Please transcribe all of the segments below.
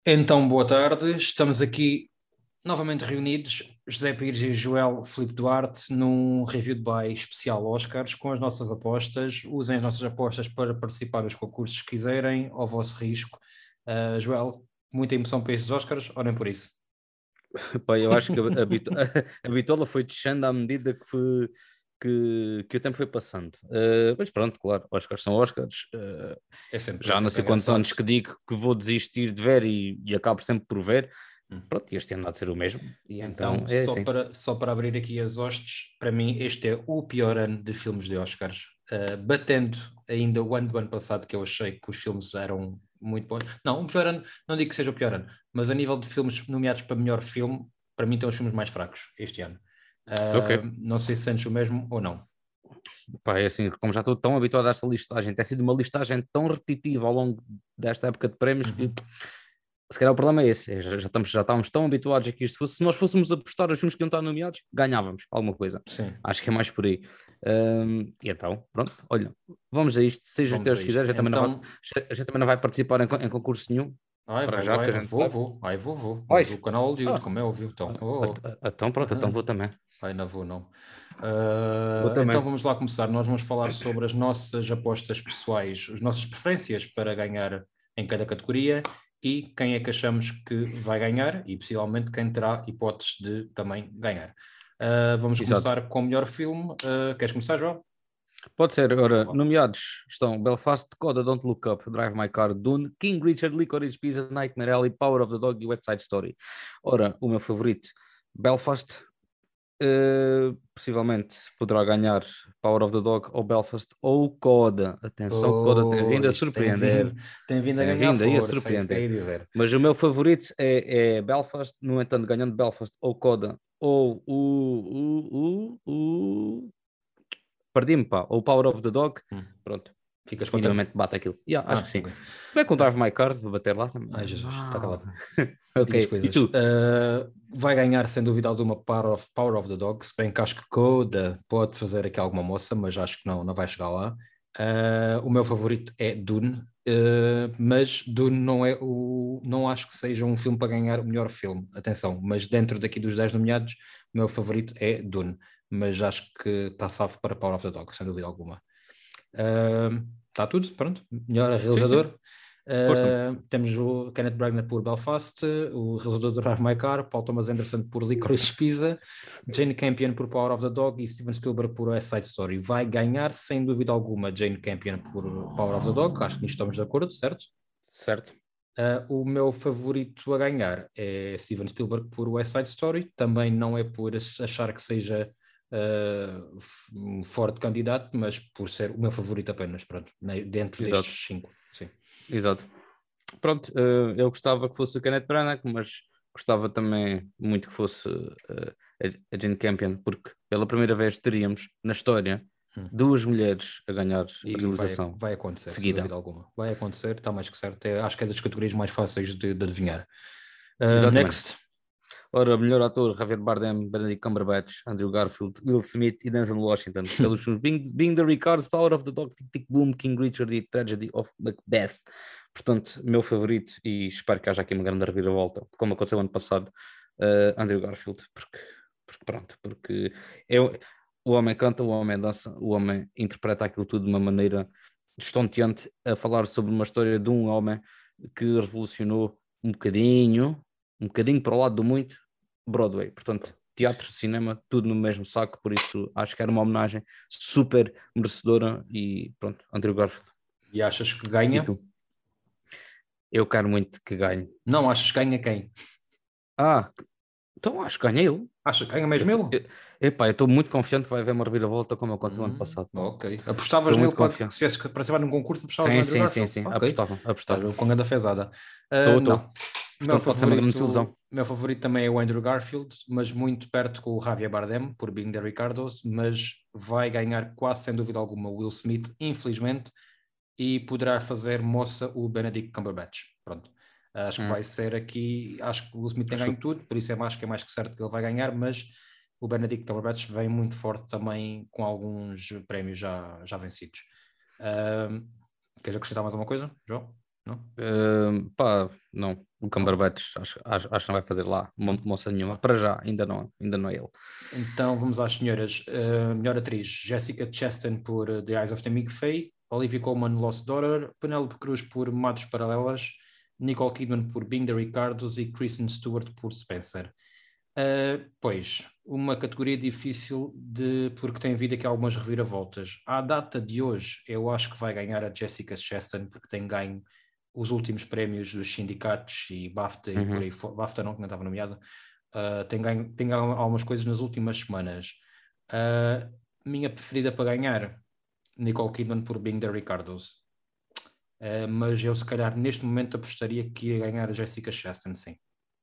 Então, boa tarde. Estamos aqui novamente reunidos, José Pires e Joel Filipe Duarte, num review de buy especial Oscars com as nossas apostas. Usem as nossas apostas para participar dos concursos que quiserem, ao vosso risco. Joel, muita emoção para estes Oscars, orem por isso. Pá, eu acho que a bitola foi descendo à medida que o tempo foi passando. Mas pronto, claro, Oscars são Oscars. É Já não sempre sei quantos engraçado. anos que digo que vou desistir de ver e acabo sempre por ver. Hum. Pronto, e este ano há de ser o mesmo. E Então, então é assim. só para abrir aqui as hostes, para mim este é o pior ano de filmes de Oscars, batendo ainda o ano do ano passado, que eu achei que os filmes eram muito bons. Não, o pior ano, não digo que seja o pior ano, mas a nível de filmes nomeados para melhor filme, para mim estão os filmes mais fracos este ano. Ok. Não sei se sentes o mesmo ou não. Pá, é assim, como já estou tão habituado a esta listagem, tem sido uma listagem tão repetitiva ao longo desta época de prémios que Uhum. se calhar o problema é esse, já estávamos tão habituados a que isto fosse, se nós fôssemos apostar os filmes que iam estar nomeados, ganhávamos alguma coisa. Sim, Acho que é mais por aí. E então, pronto, olha, vamos a isto, seja o que vamos Deus a isto. quiser, Então, a gente também não vai participar em concurso nenhum, para já, que a gente sabe. vou. Vamos Vais? o canal Hollywood, Ah, como é óbvio. Então, então pronto, então vou também. Ainda vou, não. Vou Então também. vamos lá começar. Nós vamos falar sobre as nossas apostas pessoais, as nossas preferências para ganhar em cada categoria e quem é que achamos que vai ganhar e possivelmente quem terá hipóteses de também ganhar. Vamos Exato. começar com o melhor filme. Queres começar, João? Pode ser, ora, Vá. nomeados estão Belfast, Coda, Don't Look Up, Drive My Car, Dune, King Richard, Licorice Pizza, Nightmare Alley, Power of the Dog e West Side Story. Ora, o meu favorito, Belfast, possivelmente poderá ganhar Power of the Dog ou Belfast ou Coda. Atenção, Coda tem vindo a Pois, surpreender, tem vindo a tem ganhar vindo aí a força, é isso que eu surpreender. ia dizer. Mas o meu favorito é Belfast, no entanto, ganhando Belfast ou Coda ou perdi-me, pá, ou Power of the Dog, Hum. pronto, Ficas contente? minimamente bate aquilo. Yeah, acho que sim. Ok. Se bem que o Drive My Car, vou bater lá também. Ai, Jesus, está Não. calado. Não digas Ok, e coisas. tu? Vai ganhar, sem dúvida alguma, Power of the Dog, se bem que acho que Coda pode fazer aqui alguma moça, mas acho que não vai chegar lá. O meu favorito é Dune, mas Dune não é não acho que seja um filme para ganhar o melhor filme. Atenção, mas dentro daqui dos 10 nomeados, o meu favorito é Dune, mas acho que está salvo para Power of the Dog, sem dúvida alguma. Está tudo, pronto. Melhor Sim, sim, realizador. força-me. Temos o Kenneth Branagh por Belfast, o realizador do Drive My Car, Paul Thomas Anderson por Licorice Pizza, Jane Campion por Power of the Dog e Steven Spielberg por West Side Story. Vai ganhar, sem dúvida alguma, Jane Campion por Power of the Dog, acho que nisto estamos de acordo, certo? Certo, O meu favorito a ganhar é Steven Spielberg por West Side Story, também não é por achar que seja um forte candidato, mas por ser o meu favorito apenas, pronto, dentro exato, destes cinco, sim. exato. Pronto, eu gostava que fosse o Kenneth Branagh, mas gostava também muito que fosse a Jane Campion, porque pela primeira vez teríamos na história Hum. duas mulheres a ganhar a E realização vai acontecer, sem seguida. dúvida alguma. Vai acontecer, está mais que certo. Acho que é das categorias mais fáceis de adivinhar. Exatamente. Next. Ora, melhor ator, Javier Bardem, Benedict Cumberbatch, Andrew Garfield, Will Smith e Denzel Washington. Pelos filmes Being the Ricards, Power of the Dog, Tic Tic Boom, King Richard e Tragedy of Macbeth. Portanto, meu favorito, e espero que haja aqui uma grande reviravolta, como aconteceu ano passado, Andrew Garfield, porque o homem canta, o homem dança, o homem interpreta aquilo tudo de uma maneira estonteante, a falar sobre uma história de um homem que revolucionou um bocadinho para o lado do muito, Broadway. Portanto, teatro, cinema, tudo no mesmo saco, por isso acho que era uma homenagem super merecedora e pronto, Andrew Garfield. E achas que E ganha? tu? Eu quero muito que ganhe. Não, achas que ganha quem? Ah, então acho que ganhei eu. Achas que ganha Eu, mesmo ele? epá, eu estou muito confiante que vai haver uma reviravolta como aconteceu ano passado. Ok. Apostavas Estou nele muito para que confiante. se tivesse que participar num concurso, apostavas no Sim, Andrew sim, sim, Garfield. sim. Ok. Apostava. Estás com grande fezada. Não. Estou. O meu Portanto, pode ser uma grande favorito, desilusão. meu favorito também é o Andrew Garfield, mas muito perto com o Javier Bardem, por Being the Ricardos, mas vai ganhar quase sem dúvida alguma o Will Smith, infelizmente, e poderá fazer moça o Benedict Cumberbatch. Pronto. Acho que vai Hum, ser aqui, acho que o Will Smith tem ganho acho, tudo, por isso é mais que certo que ele vai ganhar, mas o Benedict Cumberbatch vem muito forte também com alguns prémios já vencidos. Uh, Queres acrescentar mais alguma coisa, João? Não? Pá, não. O Cumberbatch acho que não vai fazer lá moça nenhuma. Para já, ainda não é ele. Então vamos às senhoras. Melhor atriz: Jessica Chastain por The Eyes of Tammy Faye, Olivia Colman, Lost Daughter, Penélope Cruz por Madres Paralelas, Nicole Kidman por Being the Ricardos e Kristen Stewart por Spencer. Pois, uma categoria difícil porque tem havido aqui algumas reviravoltas. À data de hoje, eu acho que vai ganhar a Jessica Chastain porque tem ganho os últimos prémios dos sindicatos e BAFTA e por aí fora. BAFTA não, que não estava nomeada. Tem ganho algumas coisas nas últimas semanas. Minha preferida para ganhar, Nicole Kidman por Being the Ricardos. Mas eu se calhar neste momento apostaria que ia ganhar a Jessica Chastain, sim.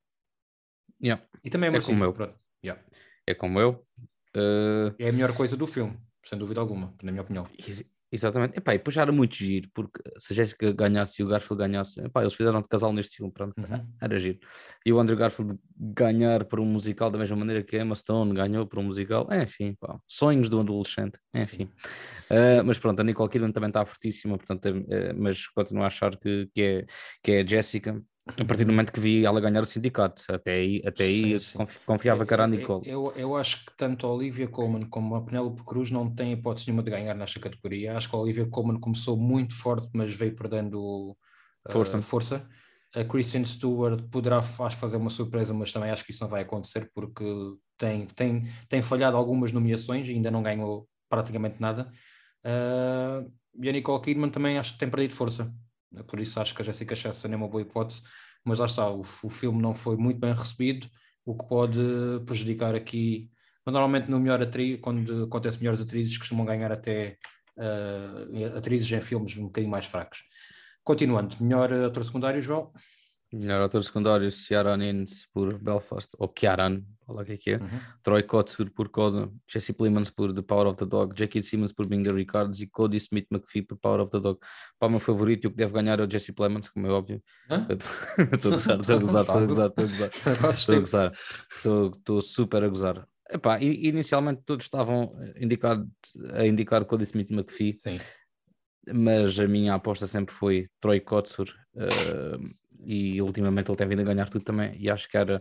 Yeah. E também é como eu. Pronto. Yeah. É como eu. É a melhor coisa do filme, sem dúvida alguma, na minha opinião. Exatamente. Epá, e depois já era muito giro, porque se a Jéssica ganhasse e o Garfield ganhasse, epá, eles fizeram de casal neste filme, pronto, era giro. E o Andrew Garfield ganhar por um musical da mesma maneira que a Emma Stone ganhou por um musical, enfim, pá, sonhos do adolescente, enfim. Mas pronto, a Nicole Kidman também está fortíssima, portanto, mas continuo a achar que é a Jessica. A partir do momento que vi ela ganhar o sindicato, até aí sim. confiava que era a Nicole. Eu acho que tanto a Olivia Colman como a Penélope Cruz não têm hipótese nenhuma de ganhar nesta categoria. Acho que a Olivia Colman começou muito forte, mas veio perdendo força. A Kristen Stewart poderá fazer uma surpresa, mas também acho que isso não vai acontecer porque tem falhado algumas nomeações e ainda não ganhou praticamente nada. E a Nicole Kidman também acho que tem perdido força. Por isso acho que a Jessica Chastain é uma boa hipótese, mas lá está, o filme não foi muito bem recebido, o que pode prejudicar aqui. Mas normalmente no melhor atriz, quando acontece melhores atrizes, costumam ganhar até atrizes em filmes um bocadinho mais fracos. Continuando, melhor ator secundário, João? Melhor ator secundário, Ciaran Innes por Belfast, ou Ciaran, olha o que é. Troy Kotsur por Coda, Jesse Plemons por The Power of the Dog, Jackie Simmons por Being the Ricardos e Cody Smith McPhee por Power of the Dog. Para o meu favorito, e o que deve ganhar é o Jesse Plemons, como é óbvio. Estou a gozar. Estou super a gozar. Epá, inicialmente todos estavam a indicar Cody Smith McPhee. Sim. Mas a minha aposta sempre foi Troy Kotsur, e ultimamente ele tem vindo a ganhar tudo também, e acho que era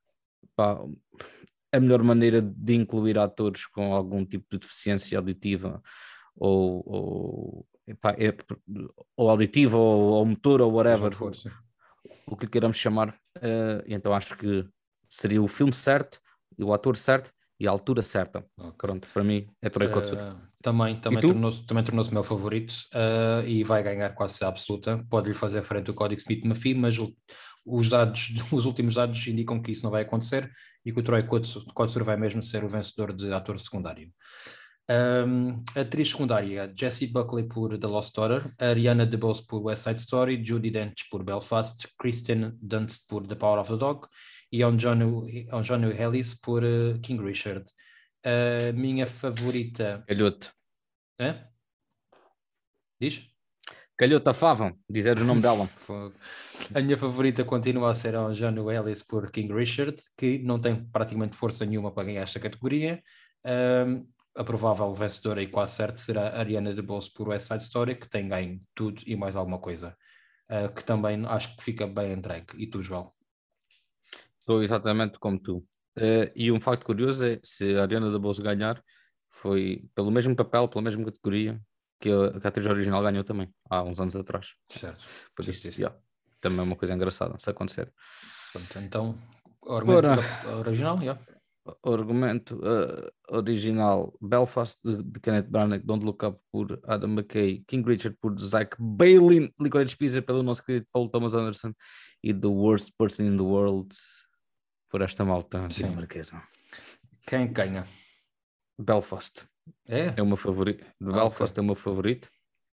a melhor maneira de incluir atores com algum tipo de deficiência auditiva ou auditiva ou motor ou whatever, o que queiramos chamar. Então acho que seria o filme certo, o ator certo e a altura certa. Okay. Pronto, para mim é Troy Kotsur. Também tornou-se meu favorito, e vai ganhar quase absoluta. Pode-lhe fazer frente o Cody Smith McPhee, mas os últimos dados indicam que isso não vai acontecer e que o Troy Kotsur vai mesmo ser o vencedor de ator secundário. Atriz secundária: Jessie Buckley por The Lost Daughter, Ariana DeBose por West Side Story, Judi Dench por Belfast, Kristen Dunst por The Power of the Dog e Anjanu Ellis por King Richard. A minha favorita... Calhote. Diz? Calhote a fava, dizer o nome dela. A minha favorita continua a ser a Anjanu Ellis por King Richard, que não tem praticamente força nenhuma para ganhar esta categoria. A provável vencedora e quase certo será a Ariana DeBose por West Side Story, que tem ganho tudo e mais alguma coisa, que também acho que fica bem entregue. E tu, João? Estou exatamente como tu. E um facto curioso é, se a Ariana DeBose ganhar, foi pelo mesmo papel, pela mesma categoria que a atriz original ganhou também, há uns anos atrás. Certo. Por isso, também é uma coisa engraçada se acontecer. Pronto, então, o argumento original, O argumento original: Belfast de Kenneth Branagh, Don't Look Up por Adam McKay, King Richard por Zach Bailey, Licorice Pizza pelo nosso querido Paul Thomas Anderson e The Worst Person in the World por esta malta dinamarquesa. Quem ganha? Belfast. É o meu favorito. Belfast é o meu favorito.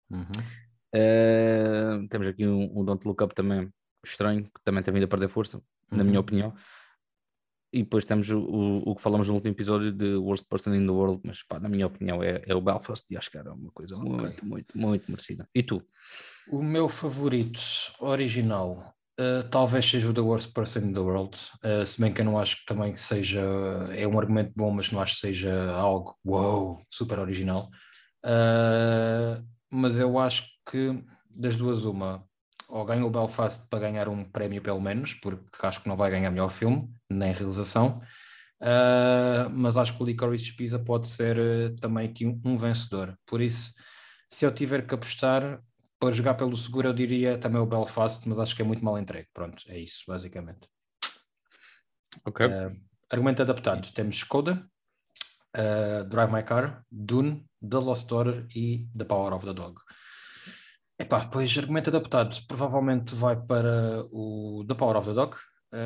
Temos aqui um Don't Look Up também estranho, que também tem vindo a perder força, na minha opinião. E depois temos o que falamos no último episódio de Worst Person in the World, mas na minha opinião é o Belfast, e acho que era uma coisa muito merecida. E tu? O meu favorito original talvez seja o The Worst Person in the World, se bem que eu não acho que também seja, é um argumento bom, mas não acho que seja algo super original. Mas eu acho que das duas uma, ou ganha o Belfast para ganhar um prémio pelo menos, porque acho que não vai ganhar melhor filme, nem realização. Mas acho que o Licorice Pizza pode ser também aqui um vencedor. Por isso, se eu tiver que apostar para jogar pelo seguro, eu diria também o Belfast, mas acho que é muito mal entregue. Pronto, é isso, basicamente. Ok. Argumento adaptado. Temos Coda, Drive My Car, Dune, The Lost Daughter e The Power of the Dog. Epá, pois argumento adaptado provavelmente vai para o The Power of the Dog,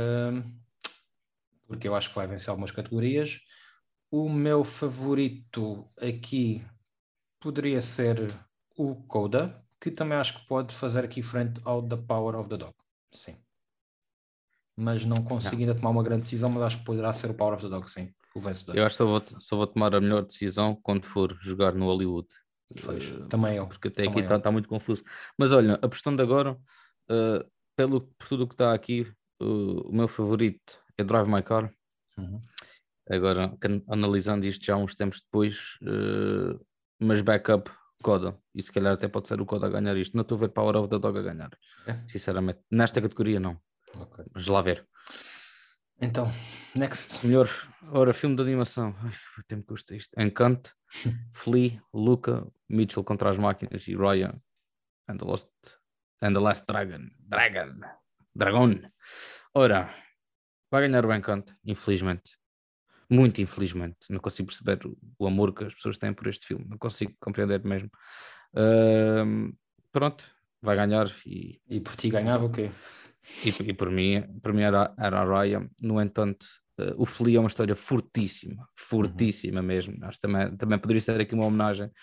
porque eu acho que vai vencer algumas categorias. O meu favorito aqui poderia ser o Coda, que também acho que pode fazer aqui frente ao The Power of the Dog. Sim. Mas não consigo ainda tomar uma grande decisão, mas acho que poderá ser o Power of the Dog, sim, o vencedor. Eu acho que só vou tomar a melhor decisão quando for jogar no Hollywood. Também eu. Porque até também aqui está muito confuso. Mas olha, apostando agora, por tudo o que está aqui, o meu favorito é Drive My Car. Uhum. Agora, analisando isto já uns tempos depois, mas backup Coda. E se calhar até pode ser o Coda a ganhar isto. Não estou a ver Power of the Dog a ganhar. Sinceramente. Nesta categoria, não. Okay. Mas lá ver. Então, next. Melhor, ora, filme de animação. Ai, o tempo que custa isto. Encanto, Flea, Luca, Mitchell contra as máquinas e Raya and the Last Dragon. Dragão. Ora, vai ganhar o Encanto, infelizmente. Muito infelizmente. Não consigo perceber o amor que as pessoas têm por este filme. Não consigo compreender mesmo. Pronto, vai ganhar. E por ti ganhava o quê? E por mim era a Raya. No entanto, o Flea é uma história fortíssima mesmo. Acho que também poderia ser aqui uma homenagem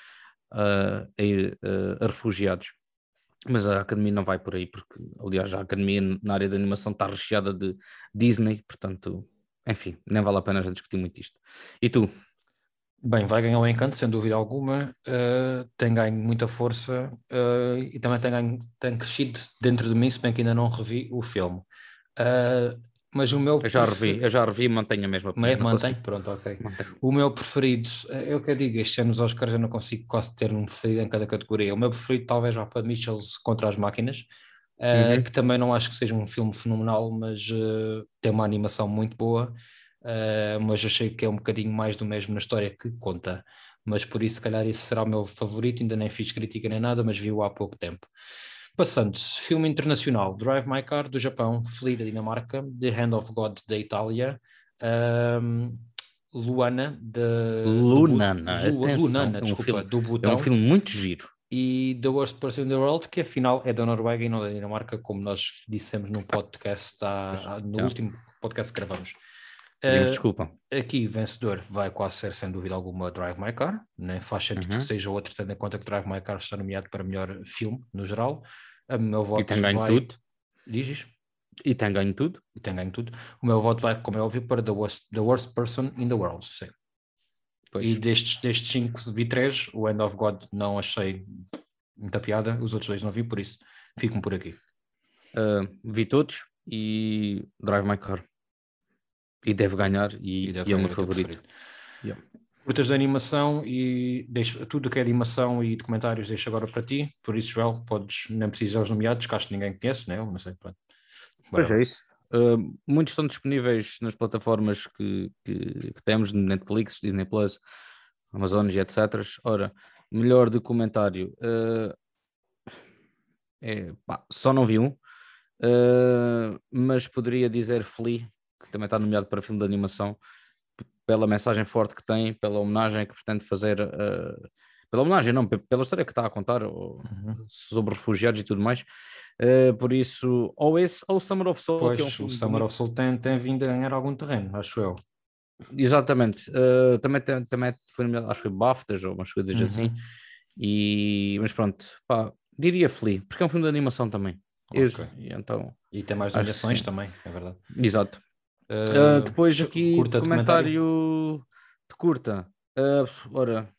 a refugiados. Mas a Academia não vai por aí, porque, aliás, a Academia na área de animação está recheada de Disney, portanto, enfim, nem vale a pena a gente discutir muito isto. E tu? Bem, vai ganhar o Encanto, sem dúvida alguma. Tem ganho muita força e também tem crescido dentro de mim, se bem que ainda não revi o filme. Mas o meu Eu já revi e mantenho a mesma opinião. Não Mantém? consigo. Pronto, ok. Mantenho. O meu preferido, eu que digo, este ano os Oscars eu não consigo quase ter um preferido em cada categoria. O meu preferido talvez vá para Mitchells contra as máquinas, que também não acho que seja um filme fenomenal, mas tem uma animação muito boa, mas achei que é um bocadinho mais do mesmo na história que conta. Mas por isso, se calhar, esse será o meu favorito. Ainda nem fiz crítica nem nada, mas vi-o há pouco tempo. Passando, filme internacional, Drive My Car, do Japão, Flea, da Dinamarca, The Hand of God, da Itália, Luana, Atenção, Lunana, desculpa, do é um Butão, filme muito giro. e The Worst Person in the World, que afinal é da Noruega e não da Dinamarca, como nós dissemos no podcast, no último podcast que gravamos. Pedimos desculpa. Aqui, vencedor vai quase ser, sem dúvida alguma, Drive My Car. Nem faz sentido que seja outro, tendo em conta que Drive My Car está nomeado para melhor filme, no geral. O meu voto E tem ganho vai... tudo. Dizes? E tem ganho tudo. E tem ganho tudo. O meu voto vai, como é óbvio, para The Worst Person in the World. Sim. E destes 5 vi 3. O End of God não achei muita piada. Os outros 2 não vi, por isso fico por aqui. Vi todos e Drive My Car. E deve ganhar e é o meu favorito. Yeah. Curtas de animação e tudo que é animação e documentários deixo agora para ti. Por isso, Joel, nem precisar os nomeados, que acho que ninguém conhece, né? Eu não sei, pronto. Pois é isso. Muitos estão disponíveis nas plataformas que temos, Netflix, Disney Plus, Amazon e etc. Ora, melhor documentário, só não vi um, mas poderia dizer Flea, que também está nomeado para filme de animação, pela mensagem forte que tem, pela homenagem que pretende fazer, pela homenagem não, pela história que está a contar sobre refugiados e tudo mais. Por isso, ou esse ou Summer of Soul, pois, que é um filme o Summer of Soul tem vindo a ganhar algum terreno, acho eu. Exatamente. Também foi nomeado, acho que foi BAFTAs ou umas coisas assim. Mas pronto, diria Flea, porque é um filme de animação também. Okay. Então, e tem mais nomeações também, é verdade. Exato. Depois aqui, documentário de curta. Ora,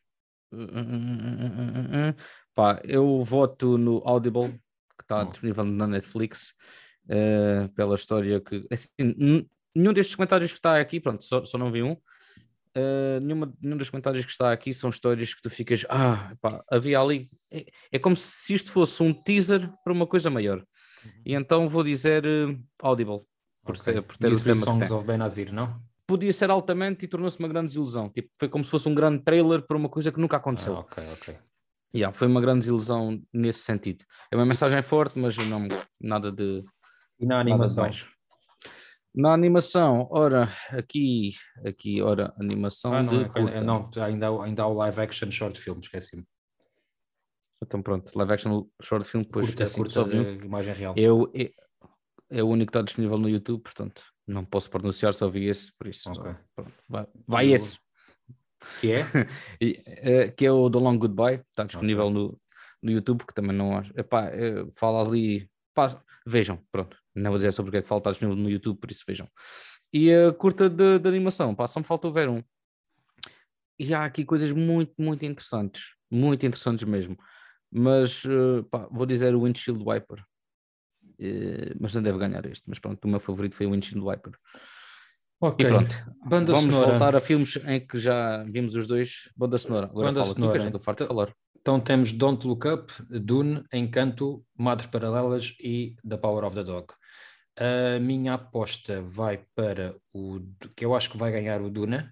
eu voto no Audible, que está disponível na Netflix, pela história que... Assim, nenhum destes comentários que está aqui, pronto, só não vi um. Nenhum dos comentários que está aqui são histórias que tu ficas... havia ali... É como se isto fosse um teaser para uma coisa maior. E então vou dizer Audible, por ter E o o Three tema que Songs tem. of Benazir, não? Podia ser altamente e tornou-se uma grande desilusão. Tipo, foi como se fosse um grande trailer para uma coisa que nunca aconteceu. Ok. Yeah, foi uma grande desilusão nesse sentido. É uma mensagem forte, mas não nada de E na nada de animação? mais. Na animação, ora, ora, animação Não, de curta. não, ainda há o live action short film, esqueci-me. Então pronto, live action short film, depois é assim, Curta só vi um. de imagem real. É o único que está disponível no YouTube, portanto, não posso pronunciar, só vi esse, por isso. Ok. Pronto, vai Eu... esse. Que é? Que é o The Long Goodbye, está disponível Ok. no YouTube, que também não acho. Epá, fala ali. Pá, vejam, pronto. Não vou dizer sobre o que é que fala, está disponível no YouTube, por isso vejam. E a curta de animação, pá, só me faltou ver um. E há aqui coisas muito interessantes mesmo. Mas pá, vou dizer o Windshield Wiper. Mas não deve ganhar este. Mas pronto, o meu favorito foi o Windshield Wiper. Ok. E pronto, Banda vamos sonora. voltar a filmes em que já vimos os dois. Banda sonora. Agora Banda fala tu, que eu já sonora. estou farto de falar. Então temos Don't Look Up, Dune, Encanto, Madres Paralelas e The Power of the Dog. A minha aposta vai para o que eu acho que vai ganhar o Duna.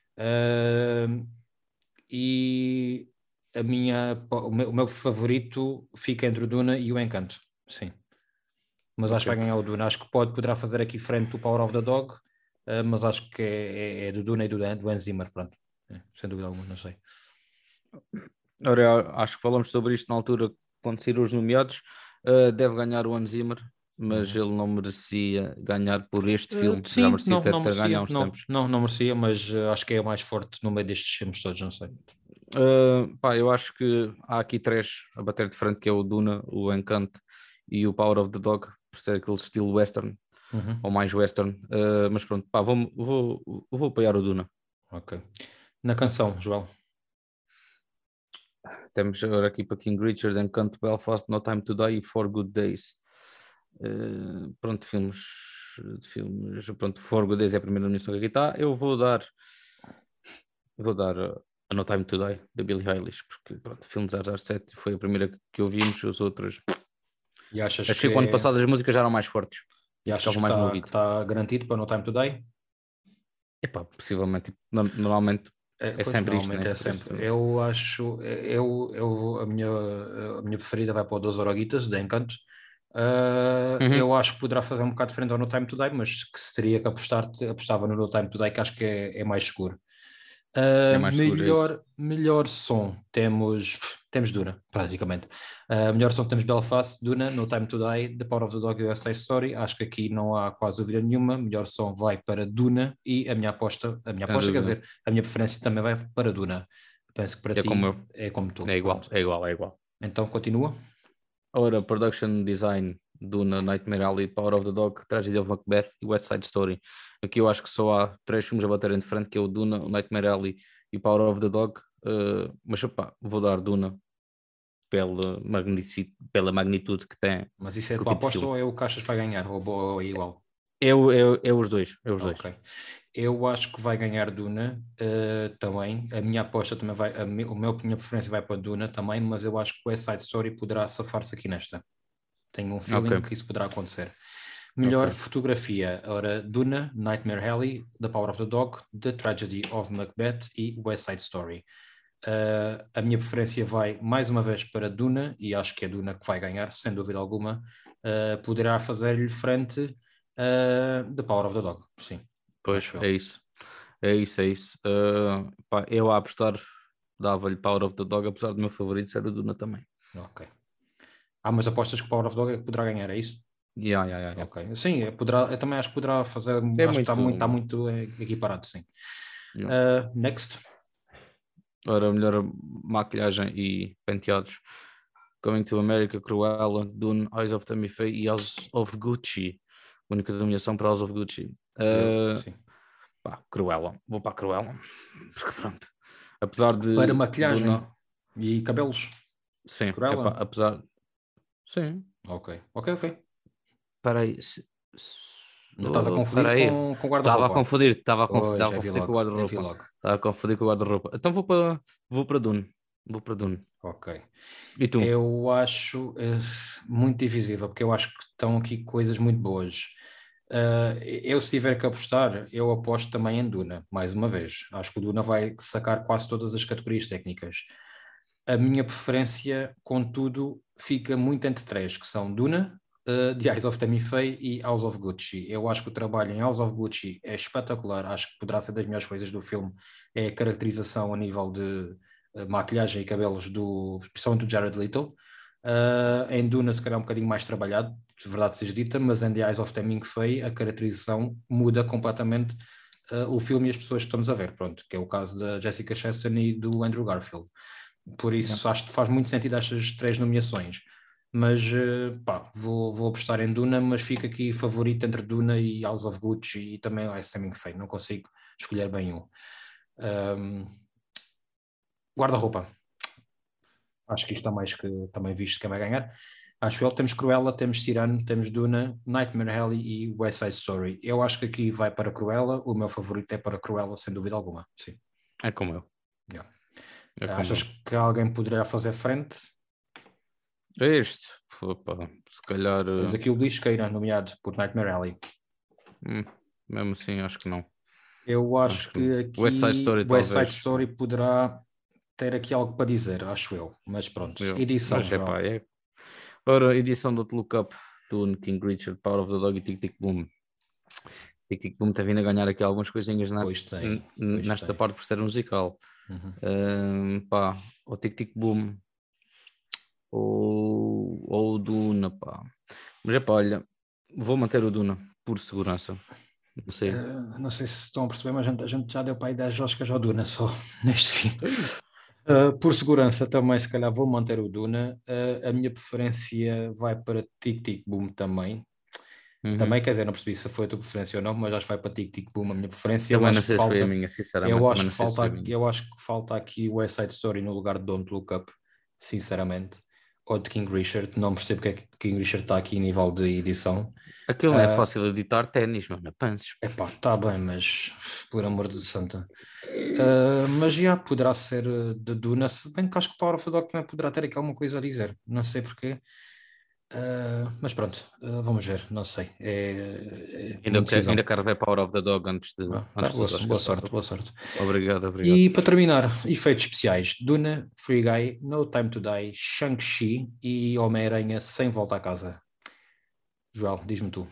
E o meu favorito fica entre o Duna e o Encanto. Sim. Mas acho que vai Ok. ganhar o Duna. Acho que poderá fazer aqui frente o Power of the Dog, mas acho que é do Duna e do Hans Zimmer, pronto. Sem dúvida alguma, não sei. Ora, acho que falamos sobre isto na altura, quando saíram os nomeados. Deve ganhar o Hans Zimmer, mas Uhum. ele não merecia ganhar por este filme. Já Sim, merecia não, não ter ganho há merecia, uns tempos. não merecia, mas acho que é o mais forte no meio destes filmes todos, não sei. Pá, eu acho que há aqui três a bater de frente, que é o Duna, o Encanto e o Power of the Dog, por ser aquele estilo western, Uhum. ou mais western. Mas pronto, pá, vou apoiar o Duna. Ok. Na canção, João. Temos agora aqui para King Richard, Encanto, Belfast, No Time to Die e Four Good Days. Pronto, filmes, pronto, Four Good Days é a primeira nomeação que aqui está. Eu vou dar a No Time to Die, da Billie Eilish, porque pronto, filme 007 foi a primeira que ouvimos, os outros. E achas Achei que o ano que, passado as músicas já eram mais fortes e e achas ficavam que mais no está ouvido. tá garantido para No Time to Die? Epá, possivelmente, tipo, normalmente é Pois, sempre isto, normalmente né? é Por isso, sempre. Eu acho, a minha preferida vai para o Dos Oroguitas, de Encanto. uhum, Eu acho que poderá fazer um bocado diferente ao No Time to Die, mas que se teria que apostar, apostava no No Time to Die, que acho que é mais seguro. é mais seguro, é isso. Melhor som temos Duna, praticamente. Melhor som temos Belfast, Duna, No Time to Die, The Power of the Dog e USA Story. Acho que aqui não há quase dúvida nenhuma. Melhor som vai para Duna e Sem quer dúvida. dizer, a minha preferência também vai para Duna. Penso que para É como ti eu. é como tu. É igual, Pronto. é igual, é igual. Então continua. Ora, Production Design, Duna, Nightmare Alley, Power of the Dog, Tragedy of Macbeth e West Side Story. Aqui eu acho que só há três filmes a baterem de frente, que é o Duna, o Nightmare Alley e Power of the Dog. Mas opá, vou dar Duna pela magnitude que tem Mas isso é a aquele tua tipo de aposta filme. ou é o que achas que vai ganhar? Ou é igual? É os dois, é os dois. Ok. Eu acho que vai ganhar Duna também. A minha aposta também vai. Minha preferência vai para Duna também, mas eu acho que o West Side Story poderá safar-se aqui nesta. Tenho um Ok, feeling que isso poderá acontecer. Melhor ok. fotografia. Ora, Duna, Nightmare Alley, The Power of the Dog, The Tragedy of Macbeth e West Side Story. A minha preferência vai mais uma vez para Duna e acho que é Duna que vai ganhar, sem dúvida alguma. Poderá fazer-lhe frente The Power of the Dog. Sim, Pois, acho é eu. isso. É isso, é isso. Pá, eu a apostar dava-lhe Power of the Dog, apesar do meu favorito ser o Duna também. Ok. Mas apostas que o Power of the Dog é que poderá ganhar, é isso? Yeah, yeah, yeah, yeah. Ok. Sim, eu também acho que poderá fazer. É Acho que muito. está muito equiparado, sim. Yeah. Next. Ora, melhor maquilhagem e penteados. Coming to America, Cruella, Dune, Eyes of Tammy Faye e House of Gucci. Única denominação para House of Gucci. Sim. Pá, Cruella. Vou para a Cruella. Porque pronto. Apesar Para de maquilhagem Duna. e cabelos. Sim, é pá, Cruella. apesar. Sim. Ok. Espera aí. Não estás a confundir Espera aí. com Estava a guarda-roupa. confundir. Pois, Estava a já vi confundir com o logo. Já vi guarda-roupa. logo. Estava a confundir com o guarda-roupa. Então vou para Dune. Vou para Dune. Ok. E tu? Eu acho muito divisível, porque eu acho que estão aqui coisas muito boas. Eu, se tiver que apostar, eu aposto também em Duna, mais uma vez. Acho que o Duna vai sacar quase todas as categorias técnicas. A minha preferência, contudo, fica muito entre três, que são Duna, The Eyes of Tammy Faye e House of Gucci. Eu acho que o trabalho em House of Gucci é espetacular, acho que poderá ser das melhores coisas do filme, é a caracterização a nível de maquilhagem e cabelos principalmente do Jared Leto. Em Duna, se calhar um bocadinho mais trabalhado, de verdade seja dita, mas em The Eyes of Tammy Faye a caracterização muda completamente o filme e as pessoas que estamos a ver, pronto, que é o caso da Jessica Chastain e do Andrew Garfield. Por Yeah. isso acho que faz muito sentido estas três nomeações. Mas pá, vou apostar em Duna, mas fica aqui favorito entre Duna e House of Gucci e também Ice Taming Faye. Não consigo escolher bem um. Guarda-roupa. Acho que isto está mais que também visto quem vai ganhar. Acho que temos Cruella, temos Cyrano, temos Duna, Nightmare Alley e West Side Story. Eu acho que aqui vai para Cruella. O meu favorito é para Cruella, sem dúvida alguma. Sim. É como eu. Yeah. É como Achas eu. que alguém poderá fazer frente? Este, opa, se calhar, Temos aqui o Luís Queira, nomeado por Nightmare Alley. mesmo assim, acho que não. Eu Acho acho que não. que West Side aqui Story, West Side talvez. Story poderá ter aqui algo para dizer, acho eu. Mas pronto. Edição, Mas é João. pá, é. Ora, edição do Look Up, do King Richard, Power of the Dog e Tic Tic Boom. Tic Tic Boom está vindo a ganhar aqui algumas coisinhas Pois tem. Pois nesta tem. parte por ser um musical. Pá, o Tic Tic Boom ou o Duna, pá. Mas é pá, olha, vou manter o Duna por segurança. Não sei. Não sei se estão a perceber, mas a gente já deu para aí 10 Oscars ao Duna só neste fim. Ei. Por segurança também, se calhar vou manter o Duna. A minha preferência vai para Tic Tic Boom também. Uhum. Também, quer dizer, não percebi se foi a tua preferência ou não, mas acho que vai para Tic Tic Boom a minha preferência. Também não sei se foi a minha, sinceramente, também não sei se foi a minha. Eu acho que falta aqui o West Side Story no lugar de Don't Look Up, sinceramente. Ou de King Richard, não percebo porque é que King Richard está aqui em nível de edição. Aquilo não é fácil editar ténis, mano, penses. Epá, está bem, mas por amor de santa. Mas já poderá ser de Duna, se bem que acho que o Power of the Dog também poderá ter aqui alguma coisa a dizer, não sei porquê. Mas pronto, vamos ver, não sei. É uma decisão. Ainda quero ver Power of the Dog antes Boa, dos boa Oscars. sorte, boa sorte. Obrigado, obrigado. E para terminar, efeitos especiais: Duna, Free Guy, No Time to Die, Shang-Chi e Homem-Aranha sem volta a casa. João, diz-me tu.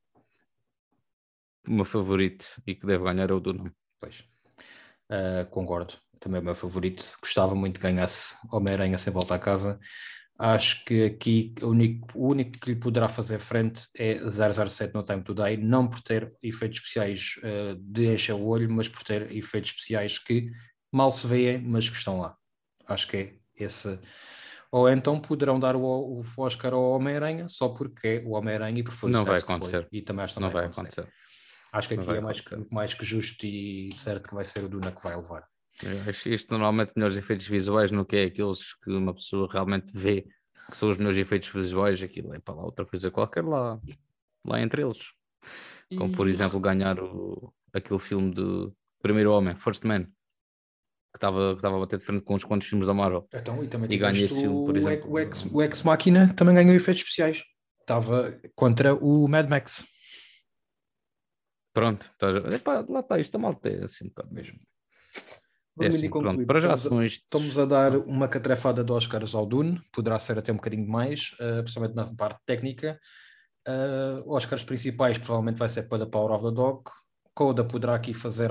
O meu favorito e que deve ganhar é o Duna. Pois. Concordo, também é o meu favorito. Gostava muito que ganhasse Homem-Aranha sem volta a casa. Acho que aqui o único que lhe poderá fazer frente é 007 No Time to Die, não por ter efeitos especiais de encher o olho, mas por ter efeitos especiais que mal se veem, mas que estão lá. Acho que é esse. Ou então poderão dar o Oscar ao Homem-Aranha só porque é o Homem-Aranha e por foi o Não vai sucesso que foi. acontecer. E também acho que não Não vai vai acontecer. acontecer. Acho que Não aqui vai é acontecer. mais que justo e certo que vai ser o Duna que vai levar. Eu acho isto normalmente melhores efeitos visuais no que é aqueles que uma pessoa realmente vê que são os melhores efeitos visuais, aquilo é para lá outra coisa qualquer lá entre eles. Como por E exemplo ganhar aquele filme do Primeiro Homem, First Man, que estava a bater de frente com uns quantos filmes da Marvel. então, e também E ganha tiveste esse filme, por exemplo. o Ex Machina, que também ganhou efeitos especiais. Estava contra o Mad Max. Pronto, epá, lá está, isto a malta é assim um bocado mesmo. É Resumindo e assim, pronto, concluído, para já são estamos estes. a dar uma catrefada de Oscars ao Dune, poderá ser até um bocadinho mais, principalmente na parte técnica. Oscars principais provavelmente vai ser para Power of the Dog. Coda poderá aqui fazer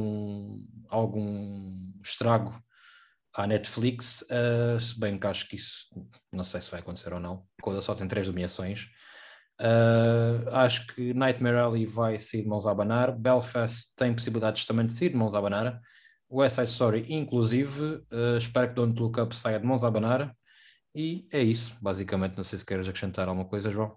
algum estrago à Netflix, se bem que acho que isso não sei se vai acontecer ou não. Coda só tem 3 nomeações. Acho que Nightmare Alley vai sair de mãos a abanar. Belfast tem possibilidades também de sair de mãos a abanar. West Side Story, inclusive. Espero que Don't Look Up saia de mãos a abanar. E é isso, basicamente. Não sei se queres acrescentar alguma coisa, João.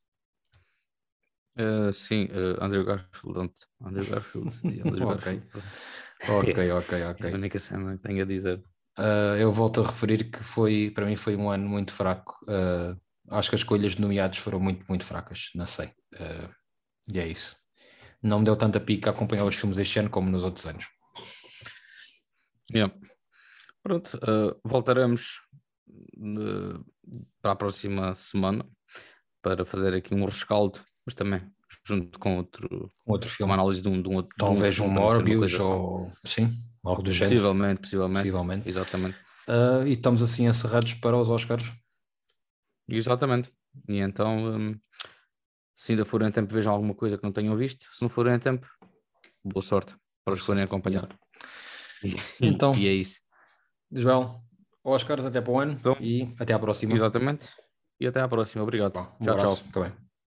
Sim, Andrew Garfield. Andrew Garfield. Andrew Ok, Garfield. ok. É a única cena que tenho a dizer. Eu volto a referir que para mim foi um ano muito fraco. Acho que as escolhas de nomeados foram muito, muito fracas, não sei. E é isso. Não me deu tanta pica a acompanhar os filmes este ano como nos outros anos. Yeah. Pronto, voltaremos para a próxima semana para fazer aqui um rescaldo, mas também junto com outro filme. uma análise de um outro Talvez filme, um para não ser uma Morbius coisa só. ou sim, algo do género. Possivelmente. Exatamente. E estamos assim encerrados para os Oscars. Exatamente. E então, se ainda forem em tempo, vejam alguma coisa que não tenham visto. Se não forem em tempo, boa sorte para os que forem acompanhar. Então, e é isso. Joel, Oscars até para o ano Então, e até à próxima. exatamente. E até à próxima. Obrigado. Bom, um Tchau, abraço. tchau. Fica bem.